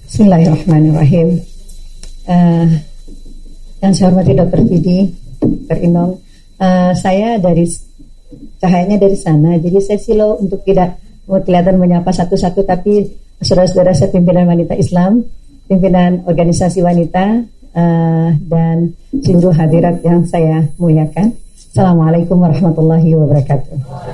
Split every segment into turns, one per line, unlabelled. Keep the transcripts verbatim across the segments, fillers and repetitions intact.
Bismillahirrahmanirrahim. Uh, yang saya hormati Dokter Didi, Dokter Inong, uh, saya dari cahayanya dari sana, jadi saya silo untuk tidak kelihatan menyapa satu-satu, tapi saudara-saudara saya pimpinan wanita Islam, pimpinan organisasi wanita, uh, dan seluruh hadirat yang saya muliakan. Assalamualaikum warahmatullahi wabarakatuh.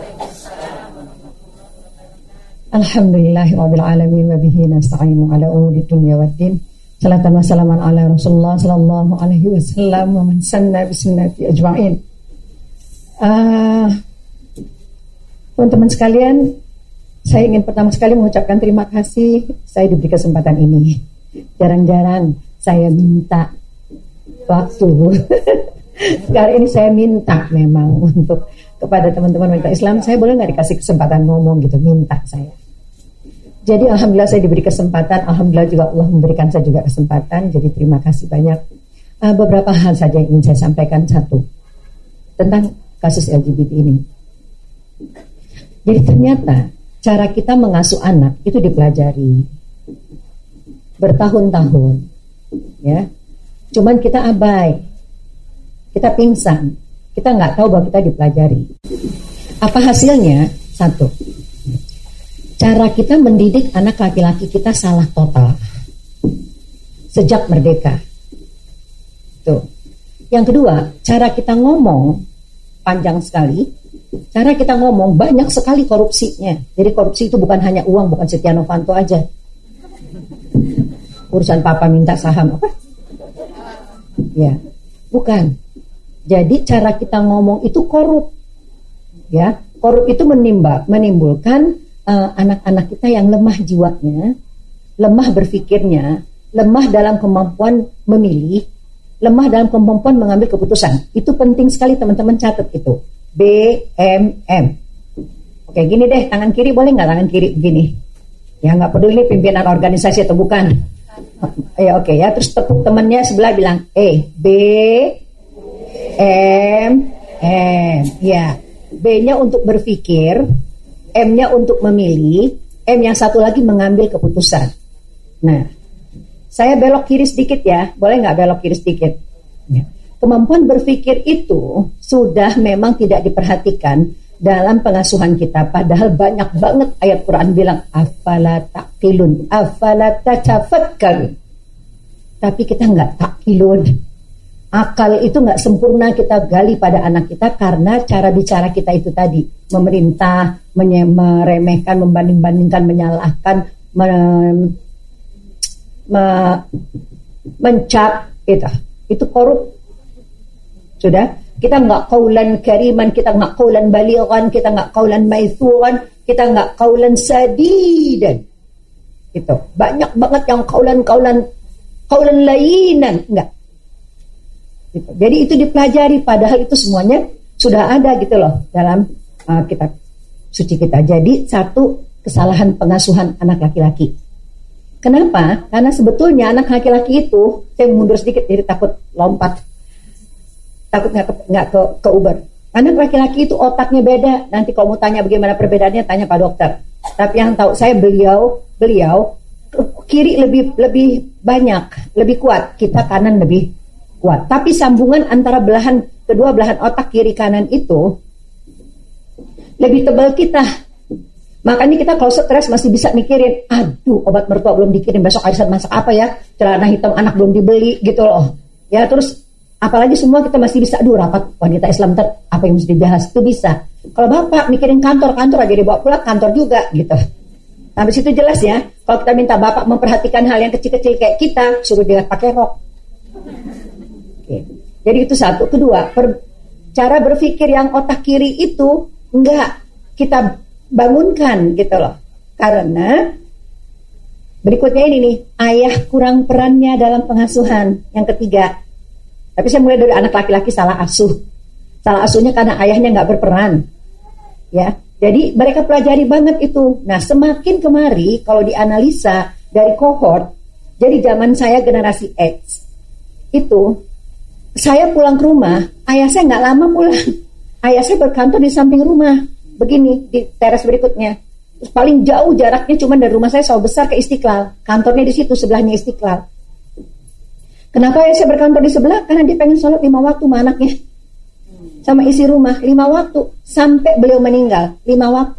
Alhamdulillahirabbil alamin wa bihi nasta'inu ala umuri dunya waddin. Salatan wa salaman ala Rasulullah sallallahu alaihi wasallam wa man sanna bi sunnati ajma'in. Uh, teman-teman sekalian, saya ingin pertama sekali mengucapkan terima kasih saya diberi kesempatan ini. Jarang-jarang saya minta waktu. Kali ini saya minta memang untuk kepada teman-teman wanita Islam, saya boleh nggak dikasih kesempatan ngomong gitu, minta saya. Jadi alhamdulillah saya diberi kesempatan, alhamdulillah juga Allah memberikan saya juga kesempatan. Jadi terima kasih banyak. Uh, beberapa hal saja yang ingin saya sampaikan. Satu, tentang kasus L G B T ini. Jadi ternyata cara kita mengasuh anak itu dipelajari bertahun-tahun, ya. Cuman kita abai, kita pingsan, kita nggak tahu bahwa kita dipelajari. Apa hasilnya? Satu, cara kita mendidik anak laki-laki kita salah total sejak merdeka. Tuh. Yang kedua, cara kita ngomong panjang sekali. Cara kita ngomong banyak sekali korupsinya. Jadi korupsi itu bukan hanya uang, bukan Setia Novanto aja. Urusan papa minta saham apa? Ya, bukan. Jadi cara kita ngomong itu korup. Ya, korup itu menimba, menimbulkan uh, anak-anak kita yang lemah jiwanya, lemah berpikirnya, lemah dalam kemampuan memilih, lemah dalam kemampuan mengambil keputusan. Itu penting sekali teman-teman, catat itu. B M M. Oke, gini deh, tangan kiri boleh nggak tangan kiri gini? Ya nggak peduli pimpinan organisasi atau bukan. Ya oke ya, terus tepuk temannya sebelah bilang E B M M. Ya, B-nya untuk berpikir, M-nya untuk memilih, M yang satu lagi mengambil keputusan. Nah, saya belok kiri sedikit ya, boleh nggak belok kiri sedikit? Ya. Kemampuan berpikir itu sudah memang tidak diperhatikan dalam pengasuhan kita. Padahal banyak banget ayat Quran bilang afala taqilun, afala tatafakkarun. Tapi kita nggak taqilun. Akal itu nggak sempurna kita gali pada anak kita karena cara bicara kita itu tadi memerintah, menye- meremehkan, membanding-bandingkan, menyalahkan, men- me- mencap itu. Itu korup. Sudah, kita nggak kaulan kariman, kita nggak kaulan balighan, kita nggak kaulan maithuran, kita nggak kaulan sadidan. Itu banyak banget yang kaulan-kaulan kaulan layinan, enggak. Gitu. Jadi itu dipelajari, padahal itu semuanya sudah ada gitu loh dalam uh, kitab suci kita. Jadi satu, kesalahan pengasuhan anak laki-laki. Kenapa? Karena sebetulnya anak laki-laki itu, saya mundur sedikit jadi takut lompat. Takut nggak ke, nggak ke, ke Uber. Anak laki-laki itu otaknya beda. Nanti kalau mau tanya bagaimana perbedaannya, tanya Pak Dokter. Tapi yang tahu saya beliau, beliau kiri lebih lebih banyak, lebih kuat. Kita kanan lebih kuat. Tapi sambungan antara belahan kedua belahan otak kiri kanan itu lebih tebal kita. Makanya kita kalau stres masih bisa mikirin, aduh obat mertua belum dikirim, besok arisan masak apa ya? Celana hitam anak belum dibeli gitu loh. Ya terus apalagi semua kita masih bisa, aduh rapat wanita Islam ter, apa yang mesti dibahas, itu bisa. Kalau bapak mikirin kantor-kantor aja dibawa pulang kantor juga gitu. Sampai situ jelas ya. Kalau kita minta bapak memperhatikan hal yang kecil-kecil kayak kita, suruh dia pakai rok. Oke. Jadi itu satu. Kedua, per, cara berpikir yang otak kiri itu enggak kita bangunkan gitu loh. Karena berikutnya ini nih, ayah kurang perannya dalam pengasuhan. Yang ketiga, tapi saya mulai dari anak laki-laki salah asuh. Salah asuhnya karena ayahnya nggak berperan. Ya, jadi mereka pelajari banget itu. Nah, semakin kemari kalau dianalisa dari kohort, jadi zaman saya generasi X itu, saya pulang ke rumah, ayah saya nggak lama pulang. Ayah saya berkantor di samping rumah, begini di teras berikutnya. Terus paling jauh jaraknya cuma dari rumah saya Sawah Besar ke Istiqlal. Kantornya di situ, sebelahnya Istiqlal. Kenapa ya saya berkantor di sebelah? Karena dia pengen sholat lima waktu sama anaknya. Sama isi rumah, lima waktu. Sampai beliau meninggal, lima waktu.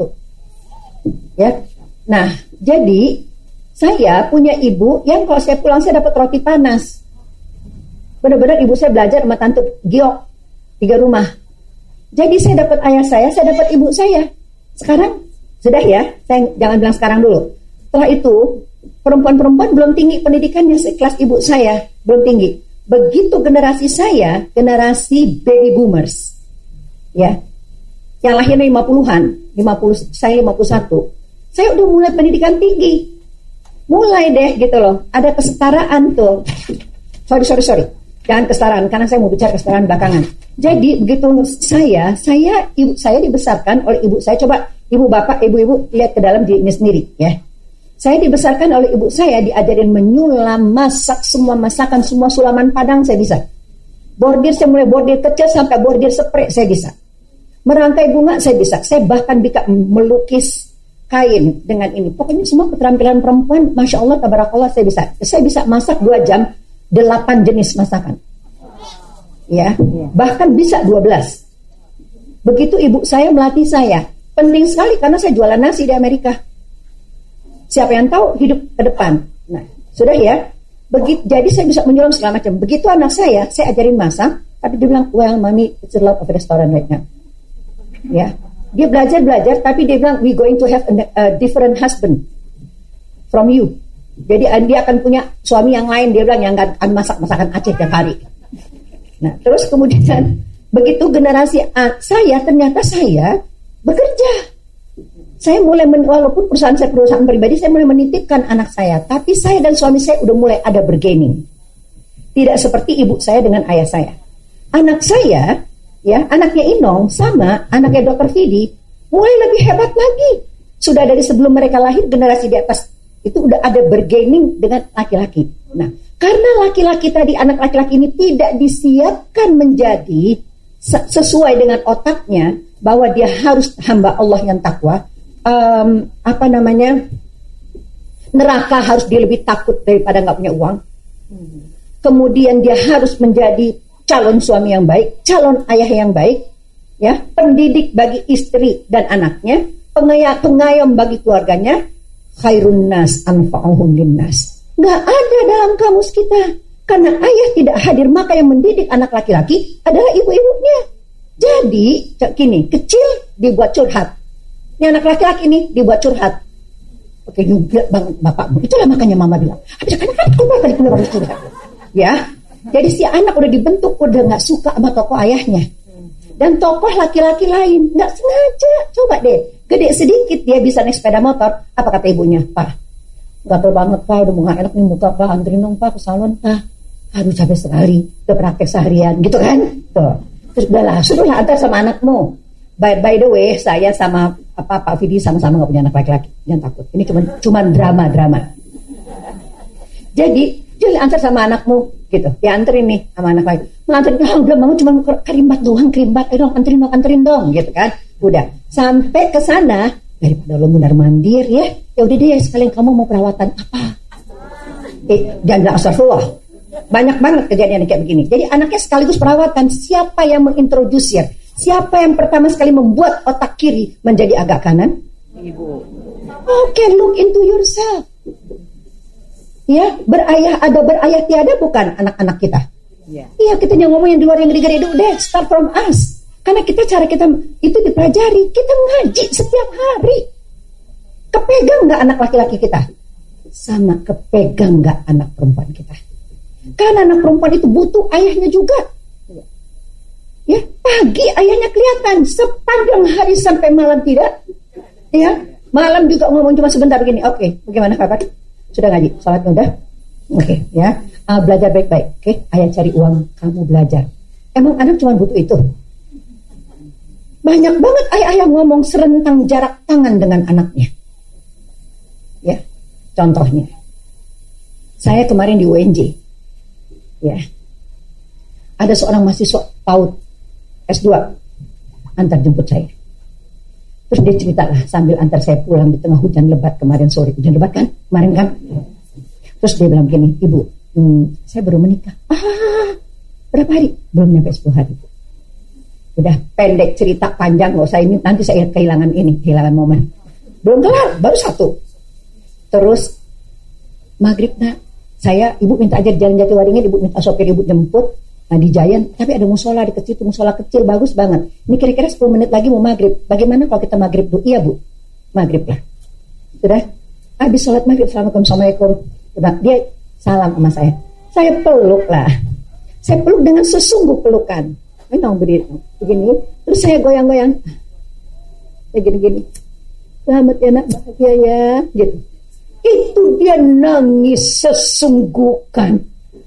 Ya. Nah, jadi saya punya ibu yang kalau saya pulang saya dapat roti panas. Benar-benar ibu saya belajar sama Tante Giok, tiga rumah. Jadi saya dapat ayah saya, saya dapat ibu saya. Sekarang sudah ya, saya jangan bilang sekarang dulu. Setelah itu perempuan-perempuan belum tinggi pendidikannya sekelas ibu saya, belum tinggi. Begitu generasi saya, generasi baby boomers, ya, yang lahirnya lima puluhan, lima puluh, saya lima puluh satu, saya udah mulai pendidikan tinggi, mulai deh gitu loh, ada kesetaraan tuh. Sorry sorry sorry, jangan kesetaraan karena saya mau bicara kesetaraan belakangan. Jadi begitu saya, saya ibu saya dibesarkan oleh ibu saya. Coba ibu bapak, ibu-ibu lihat ke dalam dirinya sendiri, ya. Saya dibesarkan oleh ibu saya, diajarin menyulam, masak semua masakan, semua sulaman Padang saya bisa. Bordir, saya mulai bordir kecil sampai bordir spray saya bisa. Merangkai bunga saya bisa. Saya bahkan bisa melukis kain dengan ini. Pokoknya semua keterampilan perempuan, Masya Allah, tabarakallah saya bisa. Saya bisa masak dua jam, delapan jenis masakan. Ya, bahkan bisa dua belas. Begitu ibu saya melatih saya. Penting sekali karena saya jualan nasi di Amerika. Siapa yang tahu hidup ke depan. Nah, sudah ya. Begitu, jadi saya bisa menyulam segala macam. Begitu anak saya, saya ajarin masak, tapi dia bilang, well, mommy, it's a lot of restaurant right now. Ya, dia belajar belajar, tapi dia bilang, we going to have a, a different husband from you. Jadi dia akan punya suami yang lain. Dia bilang yang akan masak masakan Aceh tiap hari. Nah, terus kemudian begitu generasi A, saya ternyata saya bekerja. Saya mulai, men, walaupun perusahaan saya perusahaan pribadi, saya mulai menitipkan anak saya. Tapi saya dan suami saya udah mulai ada bergaining. Tidak seperti ibu saya dengan ayah saya. Anak saya, ya, anaknya Inong sama anaknya dokter Fidi, mulai lebih hebat lagi. Sudah dari sebelum mereka lahir, generasi di atas itu udah ada bergaining dengan laki-laki. Nah, karena laki-laki tadi, anak laki-laki ini tidak disiapkan menjadi sesuai dengan otaknya, bahwa dia harus hamba Allah yang takwa. Um, apa namanya, neraka harus dia lebih takut daripada nggak punya uang. Kemudian dia harus menjadi calon suami yang baik, calon ayah yang baik, ya, pendidik bagi istri dan anaknya, pengayom, pengayom bagi keluarganya, khairun nas anfa'uhum linnas. Nggak ada dalam kamus kita, karena ayah tidak hadir, maka yang mendidik anak laki-laki adalah ibu-ibunya. Jadi gini, kecil dibuat curhat. Ini anak laki-laki ini dibuat curhat. Oke, juga bang bapakmu. Itulah makanya mama bilang. Habis kan kan keluar tadi keluar curhat. Ya. Jadi si anak udah dibentuk, udah nggak suka sama tokoh ayahnya. Dan tokoh laki-laki lain nggak sengaja. Coba deh, gede sedikit dia bisa naik sepeda motor. Apa kata ibunya? Pak, gatel banget Pak, udah mau nggak enak nih muka Pak, anterin dong Pak ke salon Pak. Aduh capek sekali, udah praktek seharian, gitu kan? Tuh. Terus udahlah, suruhlah antar sama anakmu. By, by the way, saya sama apa Pak Fidi sama-sama nggak punya anak laki-laki, jangan takut. Ini cuma cuma drama-drama. Jadi, jadi antar sama anakmu, gitu. Ya anterin nih sama anak laki. Menganterin, ah udah mau cuma kerimbat doang, kerimbat, eh dong anterin dong, anterin dong, gitu kan. Udah sampai ke sana, daripada lo mundar mandir ya, ya udah deh sekalian kamu mau perawatan apa? Eh, jangan astagfirullah. Banyak banget kejadian kayak begini. Jadi anaknya sekaligus perawatan. Siapa yang mengintroduce? Siapa yang pertama sekali membuat otak kiri menjadi agak kanan? Ibu. Oke, okay, look into yourself. Ya, berayah ada berayah tiada bukan anak-anak kita. Iya, yeah. Kita jangan ngomong yang di luar yang gede-gede itu deh. Start from us. Karena kita cara kita itu dipelajari. Kita ngaji setiap hari. Kepegang nggak anak laki-laki kita? Sama kepegang nggak anak perempuan kita? Karena anak perempuan itu butuh ayahnya juga. Ya, pagi ayahnya kelihatan, sepanjang hari sampai malam tidak. Ya, malam juga ngomong cuma sebentar begini. Oke, okay, bagaimana kabar? Sudah ngaji, sholatnya udah? Oke, okay, ya. Uh, belajar baik-baik. Oke, okay? Ayah cari uang, kamu belajar. Emang anak cuma butuh itu? Banyak banget ayah-ayah ngomong serentang jarak tangan dengan anaknya. Ya, contohnya. Saya kemarin di U N J. Ya. Ada seorang mahasiswa PAUD S dua antar jemput saya. Terus dia cerita lah sambil antar saya pulang di tengah hujan lebat kemarin sore. Hujan lebat kan? Kemarin kan? Terus dia bilang gini, Ibu, hmm, saya baru menikah. Ah, berapa hari? Belum nyampe sepuluh hari. Udah pendek cerita panjang, nggak usah ini. Nanti saya kehilangan ini, kehilangan momen. Belum kelar, baru satu. Terus maghrib nak, saya ibu minta aja jalan Jatiwaringin, ibu minta sopir ibu jemput. Nah di Giant, tapi ada musola di kecil, musola kecil bagus banget. Ini kira-kira sepuluh menit lagi mau maghrib. Bagaimana kalau kita maghrib dulu? Iya bu, maghrib lah. Sudah, habis sholat maghrib, assalamualaikum. Udah, dia salam sama saya. Saya peluk lah. Saya peluk dengan sesungguh pelukan. Memang berdiri begini. Terus saya goyang-goyang. Saya gini-gini. Selamat ya nak, bahagia ya. Gitu. Itu dia nangis sesungguhkan.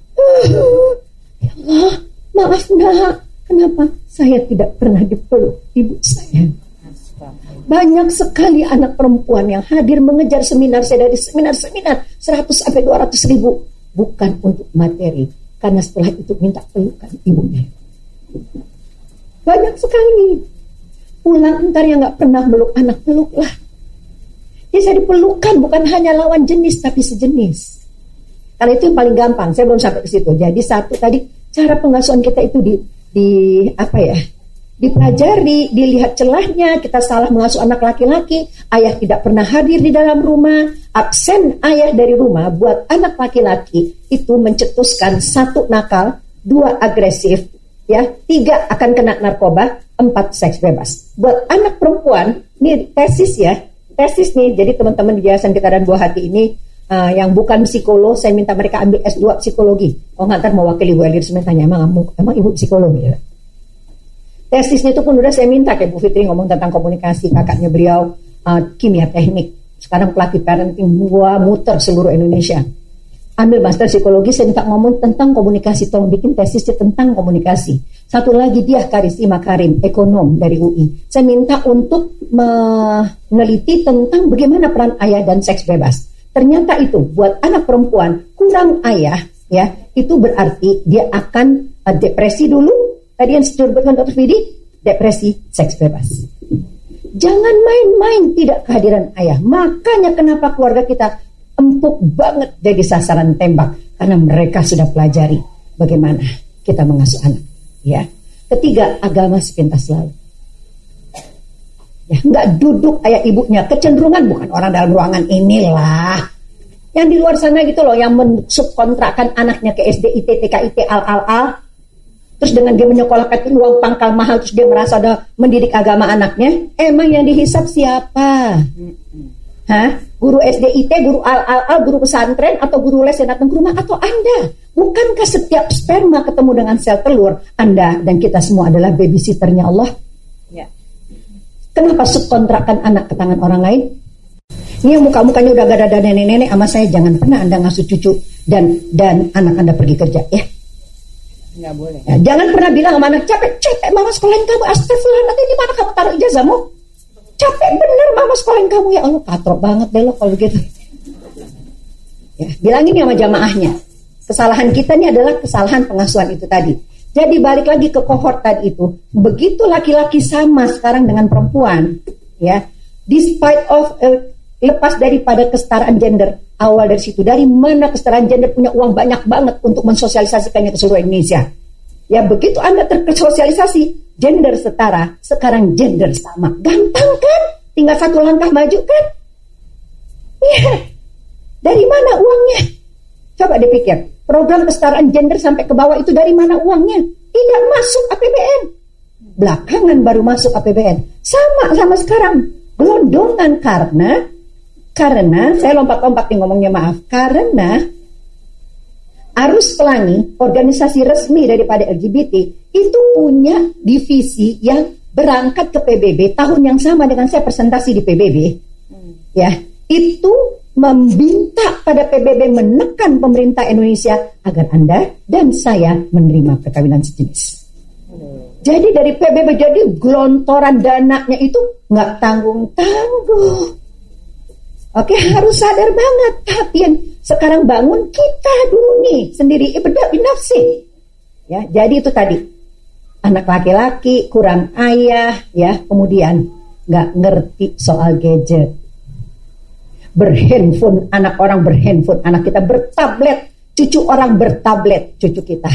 Ya Allah, maaf nak, kenapa saya tidak pernah dipeluk ibu saya? Banyak sekali anak perempuan yang hadir mengejar seminar saya dari seminar-seminar seratus sampai dua ratus ribu. Bukan untuk materi, karena setelah itu minta pelukan ibunya. Banyak sekali. Pulang ntar yang gak pernah meluk anak, peluklah. Jadi saya dipelukan bukan hanya lawan jenis tapi sejenis. Kalau itu yang paling gampang, saya belum sampai ke situ. Jadi satu tadi cara pengasuhan kita itu di, di apa ya, dipelajari, dilihat celahnya. Kita salah mengasuh anak laki-laki, ayah tidak pernah hadir di dalam rumah, absen ayah dari rumah buat anak laki-laki itu mencetuskan satu nakal, dua agresif, ya, tiga akan kena narkoba, empat seks bebas. Buat anak perempuan, ini tesis ya, tesis nih. Jadi teman-teman di Yayasan Getaran Buah Hati ini. Uh, yang bukan psikolog, saya minta mereka ambil S dua psikologi. Oh ngantar mewakili Bu Elir sementara, emang, emang ibu psikolog ya? Tesisnya itu pun udah saya minta kayak Bu Fitri ngomong tentang komunikasi, kakaknya beliau uh, kimia teknik, sekarang pelatih parenting, gua muter seluruh Indonesia. Ambil master psikologi, saya minta ngomong tentang komunikasi, tolong bikin tesisnya tentang komunikasi. Satu lagi dia Karisma Karim, ekonom dari U I. Saya minta untuk meneliti tentang bagaimana peran ayah dan seks bebas. Ternyata itu buat anak perempuan kurang ayah, ya itu berarti dia akan uh, depresi dulu. Tadi yang disebutkan dokter Fidi, depresi, seks bebas. Jangan main-main tidak kehadiran ayah. Makanya kenapa keluarga kita empuk banget jadi sasaran tembak, karena mereka sudah pelajari bagaimana kita mengasuh anak. Ya, ketiga, agama sepintas lalu. Ya, nggak duduk ayah ibunya, kecenderungan bukan orang dalam ruangan inilah. Yang di luar sana gitu loh, yang mensubkontrakkan anaknya ke S D I T, T K I T, al al al. Terus dengan dia menyekolahkan uang pangkal mahal, terus dia merasa udah mendidik agama anaknya. Emang yang dihisap siapa? Hah? Guru S D I T, guru al al al, guru pesantren, atau guru les yang datang ke rumah, atau Anda? Bukankah setiap sperma ketemu dengan sel telur? Anda dan kita semua adalah babysitternya Allah. Ya. Kenapa subkontrakkan anak ke tangan orang lain? Ini yang muka-mukanya udah gak ada nenek-nenek sama saya, jangan pernah Anda ngasuh cucu dan dan anak Anda pergi kerja, ya. Nggak boleh. Ya, jangan pernah bilang sama anak, capek, capek mama sekolahin kamu, astagfirullah, nanti di mana kamu taruh ijazahmu? Capek bener mama sekolahin kamu, ya Allah, katrok banget deh lo kalau begitu. Ya, bilangin sama jamaahnya, kesalahan kita ini adalah kesalahan pengasuhan itu tadi. Jadi balik lagi ke kohort tadi itu, begitu laki-laki sama sekarang dengan perempuan, ya, despite of uh, lepas daripada kesetaraan gender, awal dari situ, dari mana kesetaraan gender punya uang banyak banget untuk mensosialisasikannya ke seluruh Indonesia. Ya begitu Anda tersosialisasi gender setara, sekarang gender sama, gampang kan? Tinggal satu langkah maju kan? Iya, dari mana uangnya? Coba dipikir. Program kesetaraan gender sampai ke bawah itu dari mana uangnya? Tidak masuk A P B N. Belakangan baru masuk A P B N. Sama sama sekarang. Gelondongan karena karena saya lompat-lompat nih ngomongnya, maaf. Karena Arus Pelangi, organisasi resmi daripada L G B T, itu punya divisi yang berangkat ke P B B tahun yang sama dengan saya presentasi di P B B. Hmm. Ya, itu meminta pada P B B menekan pemerintah Indonesia agar Anda dan saya menerima perkawinan sejenis. Hmm. Jadi dari P B B jadi gelontoran dananya itu nggak tanggung-tanggung. Oke, harus sadar banget. Tapi yang sekarang bangun kita dulu nih sendiri, ibadah binafsi. Ya, jadi itu tadi anak laki-laki kurang ayah, ya, kemudian nggak ngerti soal gadget. Berhandphone, anak orang berhandphone, anak kita bertablet, cucu orang bertablet, cucu kita.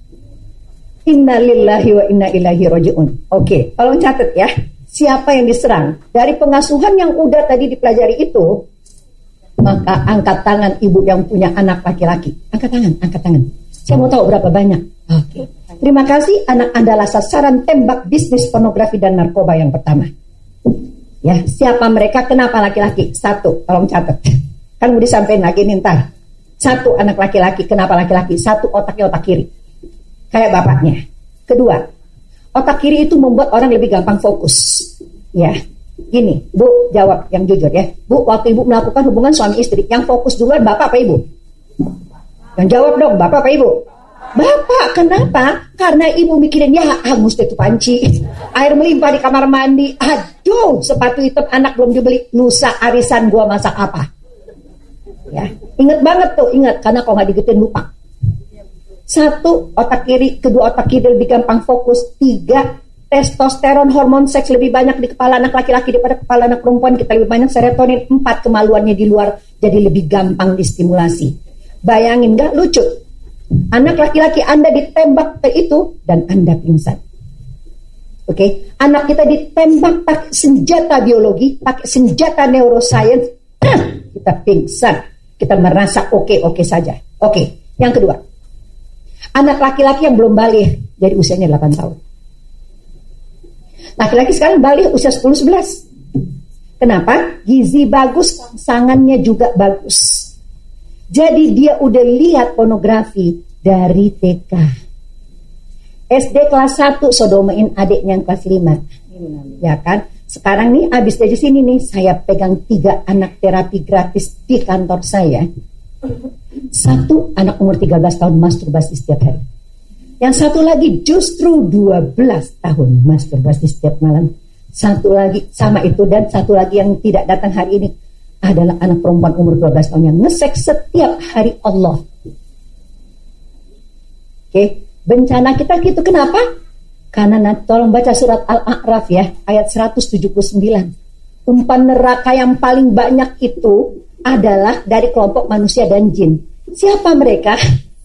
Inna lillahi wa inna ilaihi raji'un. Oke, tolong catat ya. Siapa yang diserang? Dari pengasuhan yang udah tadi dipelajari itu, maka angkat tangan ibu yang punya anak laki-laki. Angkat tangan, angkat tangan. Saya mau tahu berapa banyak. Oke. Terima kasih, anak adalah sasaran tembak bisnis pornografi dan narkoba yang pertama. Ya, siapa mereka? Kenapa laki-laki? Satu, tolong catat. Kan mau disampaikan lagi nih ntar. Satu, anak laki-laki. Kenapa laki-laki? Satu, otaknya otak kiri. Kayak bapaknya. Kedua, otak kiri itu membuat orang lebih gampang fokus. Ya, gini, Bu, jawab yang jujur ya. Bu, waktu Ibu melakukan hubungan suami istri, yang fokus duluan bapak apa Ibu? Yang jawab dong, bapak apa Ibu? Bapak, kenapa? Karena ibu mikirin, ya hangus itu panci, air melimpah di kamar mandi, aduh sepatu hitam anak belum dibeli, lusa arisan gua masak apa? Ya, inget banget tuh, inget, karena kalau nggak digetin lupa. Satu, otak kiri, kedua otak kiri lebih gampang fokus. Tiga, testosteron hormon seks lebih banyak di kepala anak laki-laki daripada kepala anak perempuan, kita lebih banyak serotonin. Empat, kemaluannya di luar, jadi lebih gampang distimulasi. Bayangin nggak lucu? Anak laki-laki Anda ditembak ke itu dan Anda pingsan. Oke, okay? Anak kita ditembak pakai senjata biologi, pakai senjata neuroscience, kita pingsan. Kita merasa oke-oke saja. Oke, okay. Yang kedua, anak laki-laki yang belum balik, jadi usianya delapan tahun. Laki-laki sekarang balik usia sepuluh sebelas. Kenapa? Gizi bagus, rangsangannya juga bagus. Jadi dia udah lihat pornografi dari T K. S D kelas satu sodomain adiknya yang kelas lima. Ya kan? Sekarang nih abis dari sini nih saya pegang tiga anak terapi gratis di kantor saya. Satu anak umur tiga belas tahun masturbasi setiap hari. Yang satu lagi justru dua belas tahun masturbasi setiap malam. Satu lagi sama itu, dan satu lagi yang tidak datang hari ini adalah anak perempuan umur dua belas tahun yang ngeseks setiap hari Allah. Oke, bencana kita gitu. Kenapa? Karena nanti tolong baca surat Al-A'raf ya, ayat seratus tujuh puluh sembilan. Umpan neraka yang paling banyak itu adalah dari kelompok manusia dan jin. Siapa mereka?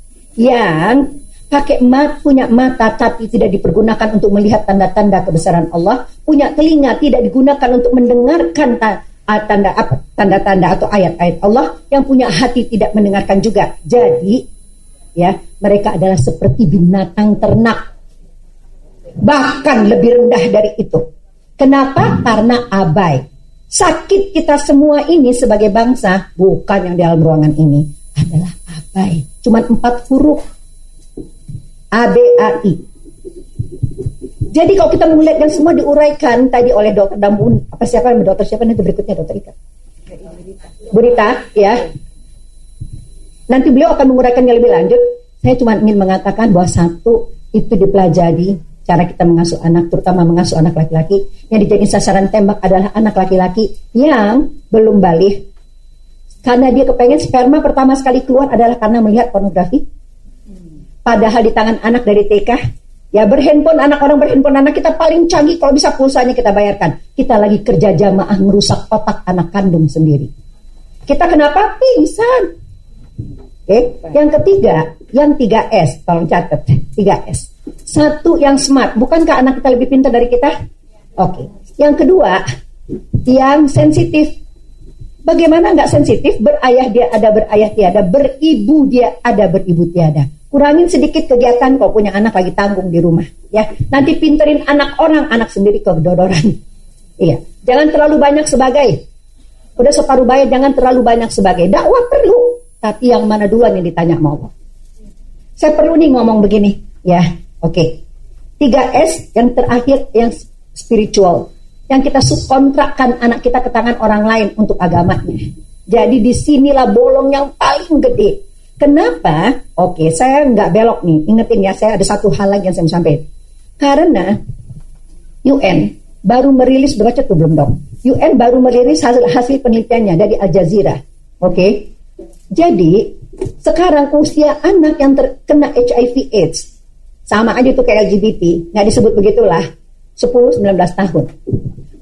Yang pakai mat, punya mata tapi tidak dipergunakan untuk melihat tanda-tanda kebesaran Allah, punya telinga tidak digunakan untuk mendengarkan ta- tanda apa tanda-tanda atau ayat-ayat Allah, yang punya hati tidak mendengarkan juga. Jadi ya, mereka adalah seperti binatang ternak, bahkan lebih rendah dari itu. Kenapa? Karena abai. Sakit kita semua ini sebagai bangsa, bukan yang di dalam ruangan ini, adalah abai. Cuma empat huruf, A B A I. Jadi kalau kita melihat yang semua diuraikan tadi oleh dokter Dambun, apa siapa yang dokter siapa nanti berikutnya dokter Ika, Bu Rita, ya. Nanti beliau akan menguraikannya lebih lanjut. Saya cuma ingin mengatakan bahwa satu itu dipelajari cara kita mengasuh anak, terutama mengasuh anak laki-laki. Yang dijadiin sasaran tembak adalah anak laki-laki yang belum balik, karena dia kepengen sperma pertama sekali keluar adalah karena melihat pornografi. Padahal di tangan anak dari T K, ya berhandphone, anak orang berhandphone, anak kita paling canggih, kalau bisa pulsanya kita bayarkan. Kita lagi kerja jamaah merusak otak anak kandung sendiri. Kita kenapa? Pingsan. Oke, okay. Yang ketiga, yang tiga S, tolong catat, tiga S. Satu, yang smart. Bukankah anak kita lebih pintar dari kita? Oke. Okay. Yang kedua, yang sensitif. Bagaimana nggak sensitif? Berayah dia ada, berayah tiada. Beribu dia ada, beribu tiada. Kurangin sedikit kegiatan kalau punya anak lagi tanggung di rumah, ya. Nanti pinterin anak orang, anak sendiri kedodoran. Iya, jangan terlalu banyak sebagai. Udah separuh bayar, jangan terlalu banyak sebagai. Dakwah perlu, tapi yang mana duluan yang ditanya sama Allah. Saya perlu nih ngomong begini, ya. Oke. Okay. tiga S yang terakhir, yang spiritual. Yang kita subkontrakkan anak kita ke tangan orang lain untuk agamanya. Jadi disinilah bolong yang paling gede. Kenapa? Oke, saya nggak belok nih. Ingetin ya, saya ada satu hal lagi yang saya mau sampaikan. Karena U N baru merilis, baca tuh belum dong? U N baru merilis hasil, hasil penelitiannya dari Al Jazeera. Oke, jadi sekarang usia anak yang terkena H I V AIDS sama aja tuh kayak L G B T, nggak disebut begitulah, sepuluh sampai sembilan belas tahun.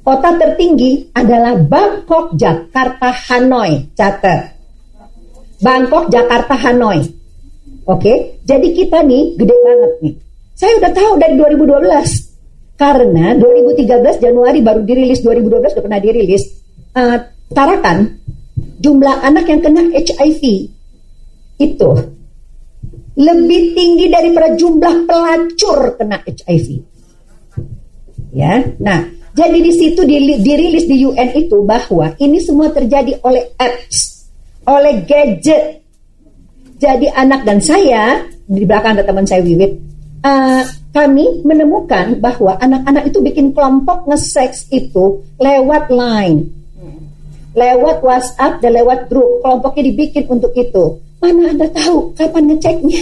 Kota tertinggi adalah Bangkok, Jakarta, Hanoi. Catat. Bangkok, Jakarta, Hanoi. Oke, jadi kita nih gede banget nih. Saya udah tahu dari dua ribu dua belas. Karena dua ribu tiga belas Januari baru dirilis, dua ribu dua belas udah pernah dirilis. Uh, tarakan jumlah anak yang kena H I V itu lebih tinggi daripada jumlah pelacur kena H I V. Ya, nah, jadi di situ dirilis di U N itu bahwa ini semua terjadi oleh apps, oleh gadget. Jadi anak dan saya, di belakang ada teman saya Wiwit, uh, kami menemukan bahwa anak-anak itu bikin kelompok nge-seks itu lewat line, lewat WhatsApp dan lewat grup. Kelompoknya dibikin untuk itu. Mana Anda tahu kapan ngeceknya?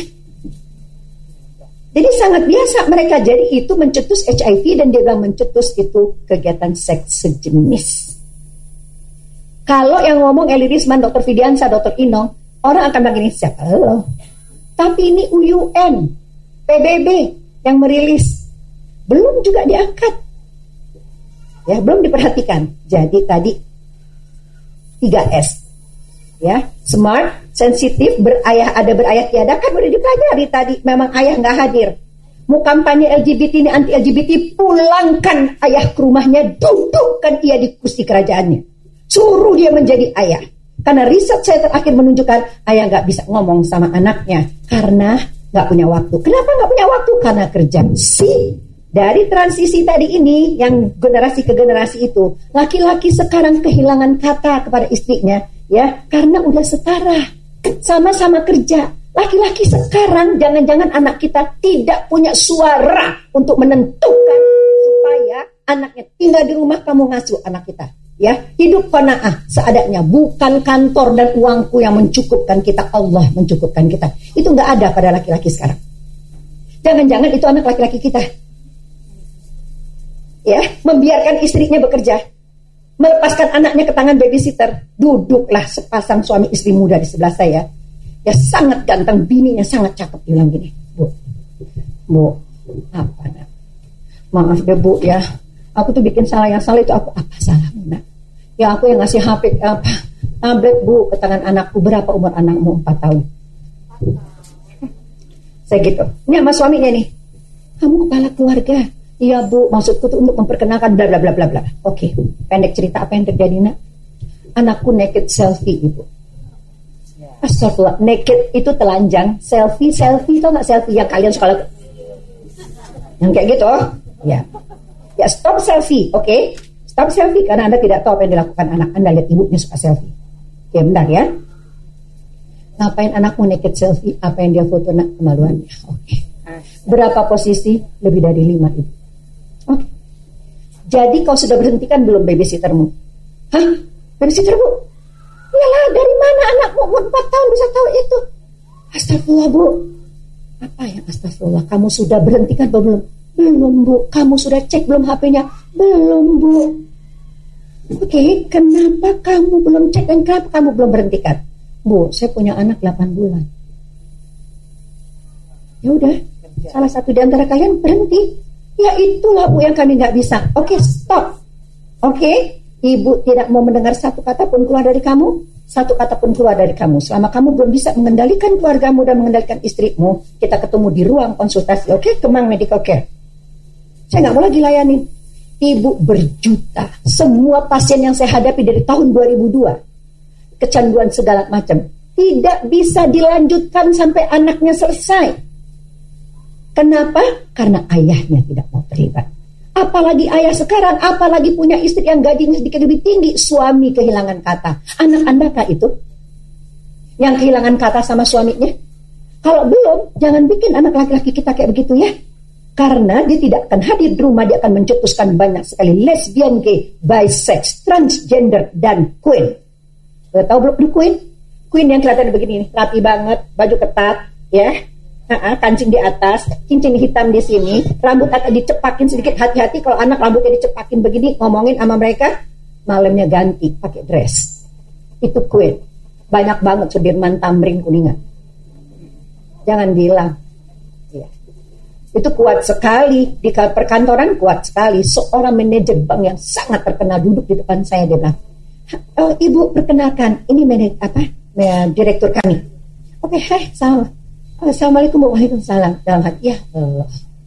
Jadi sangat biasa mereka. Jadi itu mencetus H I V dan dia bilang mencetus itu kegiatan seks sejenis. Kalau yang ngomong Eli Risman, dokter Fidiansa, dokter Inong, orang akan bilang ini siapa lo? Tapi ini U U N, P B B yang merilis. Belum juga diangkat. Ya, belum diperhatikan. Jadi tadi tiga S. Ya, smart, sensitif, berayah ada berayah tiada, kan udah dipelajari tadi. Memang ayah nggak hadir. Mau kampanye L G B T ini anti L G B T, pulangkan ayah ke rumahnya, dudukkan ia di kursi kerajaannya, suruh dia menjadi ayah. Karena riset saya terakhir menunjukkan ayah nggak bisa ngomong sama anaknya karena nggak punya waktu. Kenapa nggak punya waktu? Karena kerja. Si dari transisi tadi ini yang generasi ke generasi itu, laki-laki sekarang kehilangan kata kepada istrinya. Ya, karena udah setara, sama-sama kerja. Laki-laki sekarang jangan-jangan anak kita tidak punya suara untuk menentukan supaya anaknya tinggal di rumah, kamu ngasuh anak kita. Ya, hidup qanaah seadanya, bukan kantor dan uangku yang mencukupkan kita, Allah mencukupkan kita. Itu nggak ada pada laki-laki sekarang. Jangan-jangan itu anak laki-laki kita. Ya, membiarkan istrinya bekerja, melepaskan anaknya ke tangan babysitter. Duduklah sepasang suami istri muda di sebelah saya. Ya sangat ganteng, bininya sangat cakep. Bilang gini, Bu, Bu, apa nak? Maaf deh Bu ya, aku tuh bikin salah. Yang salah itu aku, apa salahmu nak? Ya aku yang ngasih H P, apa, tablet Bu ke tangan anakku. Berapa umur anakmu? Empat tahun. Saya gitu. Ini sama suaminya nih, kamu kepala keluarga. Iya Bu, maksudku tuh untuk memperkenalkan bla bla bla bla bla. Oke, pendek cerita apa yang terjadi nak? Anakku naked selfie Ibu. Astagfirullah, naked itu telanjang, selfie selfie tau nggak selfie yang kalian sekolah yang kayak gitu? Ya, ya stop selfie, oke? Okay? Stop selfie karena Anda tidak tahu apa yang dilakukan anak Anda. Lihat ibunya suka selfie. Ya benar ya. Ngapain anakmu naked selfie? Apa yang dia foto nak? Kemaluannya. Oke. Okay. Berapa posisi? Lebih dari lima Ibu. Oke. Okay. Jadi kau sudah berhentikan belum babysittermu? Hah? Babysitter Bu? Yalah, dari mana anakmu umur empat tahun bisa tahu itu? Astagfirullah Bu. Apa yang astagfirullah? Kamu sudah berhentikan belum? Belum Bu. Kamu sudah cek belum H P-nya? Belum Bu. Oke, okay, kenapa kamu belum cek dan kenapa kamu belum berhentikan? Bu, saya punya anak delapan bulan. Ya udah, salah satu di antara kalian berhenti. Ya itulah Bu yang kami nggak bisa. Oke, okay, stop. Oke, okay? Ibu tidak mau mendengar satu kata pun keluar dari kamu, satu kata pun keluar dari kamu. Selama kamu belum bisa mengendalikan keluargamu dan mengendalikan istrimu, kita ketemu di ruang konsultasi. Oke, okay? Kemang Medical Care. Saya nggak mau lagi layanin. Ibu berjuta. Semua pasien yang saya hadapi dari tahun dua ribu dua, kecanduan segala macam, tidak bisa dilanjutkan sampai anaknya selesai. Kenapa? Karena ayahnya tidak mau terlibat. Apalagi ayah sekarang, apalagi punya istri yang gajinya sedikit lebih tinggi, suami kehilangan kata. Anak Anda kah itu yang kehilangan kata sama suaminya? Kalau belum, jangan bikin anak laki-laki kita kayak begitu ya. Karena dia tidak akan hadir di rumah, dia akan mencetuskan banyak sekali lesbian, gay, bisex, transgender, dan queen. Tahu belum queen? Queen yang kelihatan begini, rapi banget, baju ketat, ya. Nah, kancing di atas, cincin hitam di sini, rambut agak dicepakin sedikit. Hati-hati kalau anak rambutnya dicepakin begini, ngomongin sama mereka, malamnya ganti pakai dress. Itu queen. Banyak banget Sudirman Tamrin Kuningan. Jangan bilang. Ya. Itu kuat sekali. Di perkantoran kuat sekali. Seorang manajer bank yang sangat terkenal duduk di depan saya. Dia bilang, oh, Ibu perkenalkan, ini manajer apa? Direktur kami. Oke, hai, salam. Assalamualaikum warahmatullahi wabarakatuh. Dalam hati, ya Allah.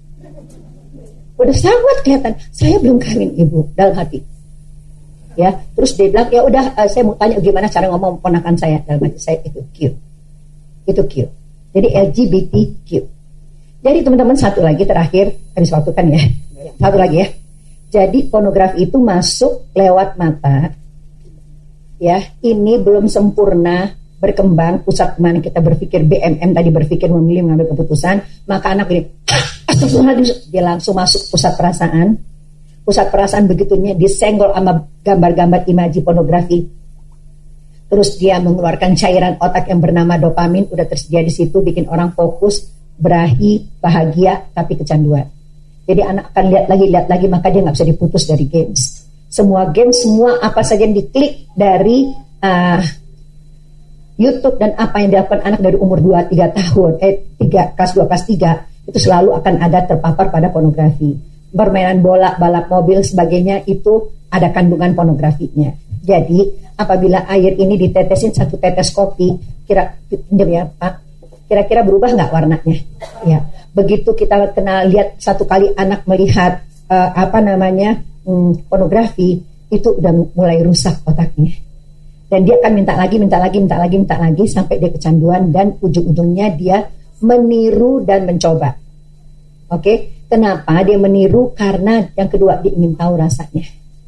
Udah sangat kelihatan. Saya belum kawin, Ibu. Dalam hati. Ya, terus dia bilang, ya udah, uh, saya mau tanya gimana cara ngomong ponakan saya. Dalam hati saya itu Q. Itu Q. Jadi L G B T Q. Jadi teman-teman satu lagi terakhir, habis waktu kan ya. Satu lagi ya. Jadi pornografi itu masuk lewat mata. Ya, ini belum sempurna berkembang. Pusat mana kita berpikir B M M tadi berpikir memilih mengambil keputusan, maka anak ini dia langsung masuk pusat perasaan. Pusat perasaan begitunya disenggol sama gambar-gambar imaji pornografi. Terus dia mengeluarkan cairan otak yang bernama dopamin, udah tersedia di situ, bikin orang fokus, berahi, bahagia, tapi kecanduan. Jadi anak akan lihat lagi, lihat lagi, maka dia nggak bisa diputus dari games. Semua games, semua apa saja yang diklik dari uh, YouTube dan apa yang dilakukan anak dari umur dua tiga tahun, eh tiga kelas dua kelas tiga, itu selalu akan ada terpapar pada pornografi. Permainan bola, balap mobil, sebagainya itu ada kandungan pornografinya. Jadi apabila air ini ditetesin satu tetes kopi, kira ya Pak, kira-kira berubah nggak warnanya? Ya, begitu kita kenal lihat satu kali anak melihat uh, apa namanya hmm, pornografi, itu udah mulai rusak otaknya. Dan dia akan minta lagi, minta lagi, minta lagi, minta lagi sampai dia kecanduan dan ujung-ujungnya dia meniru dan mencoba. Oke, okay? Kenapa dia meniru? Karena yang kedua dia ingin tahu rasanya.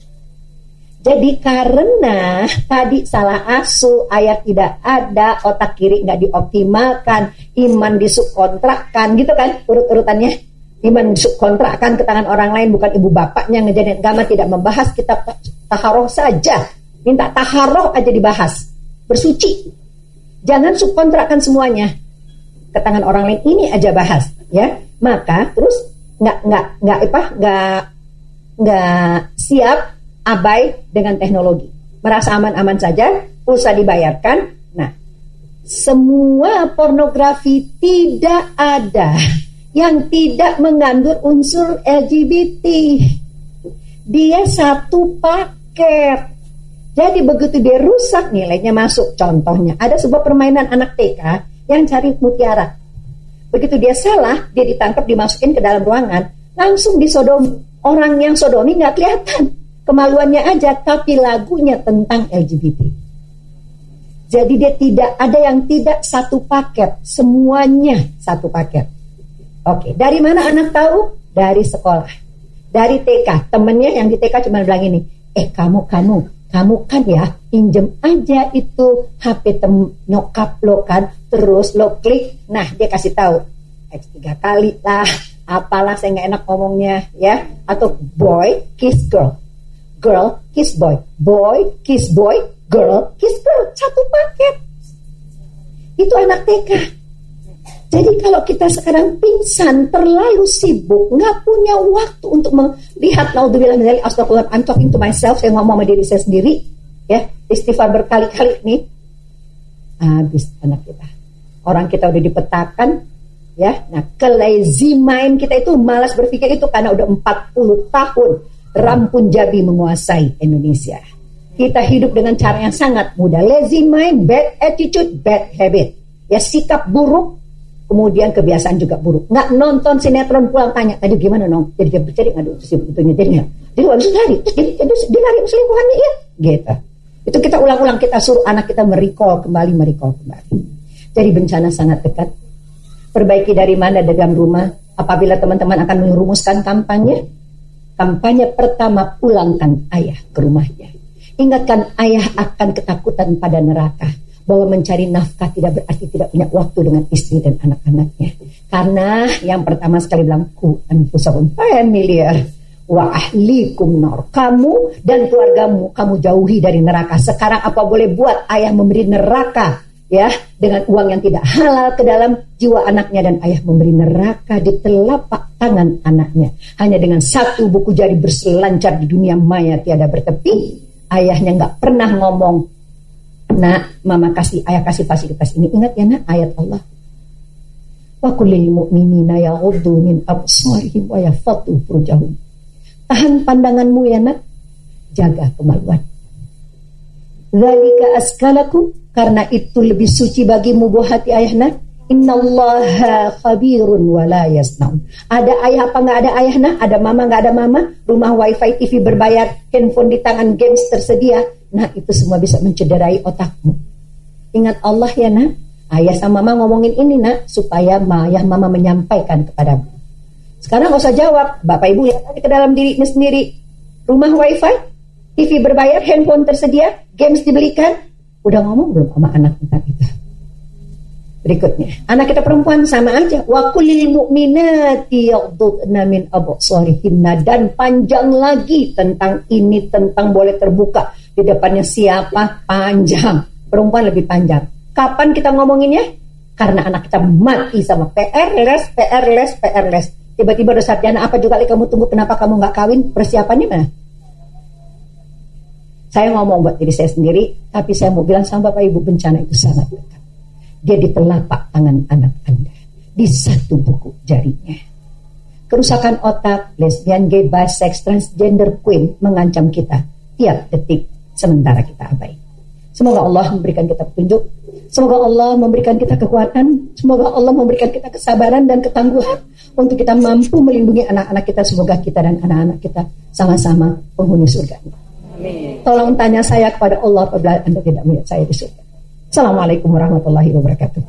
Jadi karena tadi salah asuh, ayah tidak ada, otak kiri nggak dioptimalkan, iman disubkontrakkan, gitu kan urut-urutannya. Iman disubkontrakkan ke tangan orang lain, bukan ibu bapaknya. Ngejadiin agama tidak membahas kitab taharoh saja, minta taharoh aja dibahas, bersuci. Jangan subkontrakkan semuanya ke tangan orang lain, ini aja bahas, ya. Maka terus nggak nggak nggak apa nggak nggak siap abai dengan teknologi, merasa aman-aman saja, pulsa dibayarkan. Nah, semua pornografi tidak ada yang tidak mengandung unsur L G B T. Dia satu paket. Jadi begitu dia rusak, nilainya masuk. Contohnya ada sebuah permainan anak T K yang cari mutiara. Begitu dia salah, dia ditangkap, dimasukin ke dalam ruangan, langsung disodomi. Orang yang sodomi nggak kelihatan, kemaluannya aja, tapi lagunya tentang L G B T. Jadi dia tidak ada yang tidak satu paket, semuanya satu paket. Oke, dari mana anak tahu? Dari sekolah, dari T K. Temennya yang di T K cuma bilang ini, eh kamu kamu kamu kan ya pinjem aja itu H P tem nyokap lo kan, terus lo klik, nah dia kasih tahu X tiga kali lah, apalah, saya nggak enak ngomongnya ya, atau boy kiss girl, girl kiss boy, boy kiss boy, girl kiss girl, satu paket. Itu anak T K. Jadi kalau kita sekarang pingsan, terlalu sibuk, nggak punya waktu untuk melihat, naudzubillah min dzalik, astagfirullah, I'm talking to myself, saya ngomong sama diri saya sendiri, ya, istighfar berkali-kali nih, habis anak kita. Orang kita udah dipetakan, ya, nah ke lazy mind kita itu malas berpikir itu karena udah empat puluh tahun Rampun Jabi menguasai Indonesia. Kita hidup dengan cara yang sangat mudah, lazy mind, bad attitude, bad habit, ya, sikap buruk. Kemudian kebiasaan juga buruk. Nggak nonton sinetron pulang tanya, tadi gimana nong? Jadi dia bercari, aduh sebetulnya jadinya. Jadi harus lari, terus jadi, jadi dia lari selingkuhannya ya. Gitu. Itu kita ulang-ulang, kita suruh anak kita merecall kembali, merecall kembali. Jadi bencana sangat dekat. Perbaiki dari mana? Dalam rumah. Apabila teman-teman akan merumuskan kampanye, kampanye pertama, pulangkan ayah ke rumahnya. Ingatkan ayah akan ketakutan pada neraka. Bahwa mencari nafkah tidak berarti tidak punya waktu dengan istri dan anak-anaknya. Karena yang pertama sekali bilang, ku anfusakum familiar wa ahlikum nar. Kamu dan keluargamu, kamu jauhi dari neraka. Sekarang apa boleh buat ayah memberi neraka, ya, dengan uang yang tidak halal ke dalam jiwa anaknya, dan ayah memberi neraka di telapak tangan anaknya. Hanya dengan satu buku jari berselancar di dunia maya tiada bertepi. Ayahnya nggak pernah ngomong, nak, mama kasih, ayah kasih fasilitas ini. Ingat ya nak, ayat Allah. Wa kullil mu'minina yaghuddu min absarihim wa yafaddu furujahum. Tahan pandanganmu ya nak, jaga kemaluan. Dzalika askalakum, karena itu lebih suci bagimu buah hati ayahna. Innallaha khabirun wa la yasnaun. Ada ayah apa nggak ada ayahna? Ada mama nggak ada mama? Rumah wifi, T V berbayar, handphone di tangan, games tersedia. Nah itu semua bisa mencederai otakmu. Ingat Allah ya nak. Ayah sama mama ngomongin ini nak, supaya ayah mama menyampaikan kepadamu. Sekarang gak usah jawab. Bapak ibu lihat aja ke dalam dirinya sendiri. Rumah wifi, T V berbayar, handphone tersedia, games dibelikan. Udah ngomong belum sama anak kita itu? Berikutnya, anak kita perempuan sama aja. Wa kullil mu'minati yaghdudna min absarihinna, dan panjang lagi tentang ini, tentang boleh terbuka di depannya siapa, panjang. Perempuan lebih panjang. Kapan kita ngomonginnya? Karena anak kita mati sama P R les, P R les, P R les. Tiba-tiba udah sarjana apa juga kamu tunggu, kenapa kamu nggak kawin? Persiapannya mana? Saya ngomong buat diri saya sendiri, tapi saya mau bilang sama Bapak Ibu, bencana itu sangat dekat. Dia di telapak tangan anak Anda, di satu buku jarinya. Kerusakan otak, lesbian, gay, bisex, transgender, queer mengancam kita tiap detik sementara kita abai. Semoga Allah memberikan kita petunjuk, semoga Allah memberikan kita kekuatan, semoga Allah memberikan kita kesabaran dan ketangguhan untuk kita mampu melindungi anak-anak kita. Semoga kita dan anak-anak kita sama-sama penghuni surga. Amin. Tolong tanya saya kepada Allah apabila Anda tidak melihat saya di surga. Assalamualaikum warahmatullahi wabarakatuh.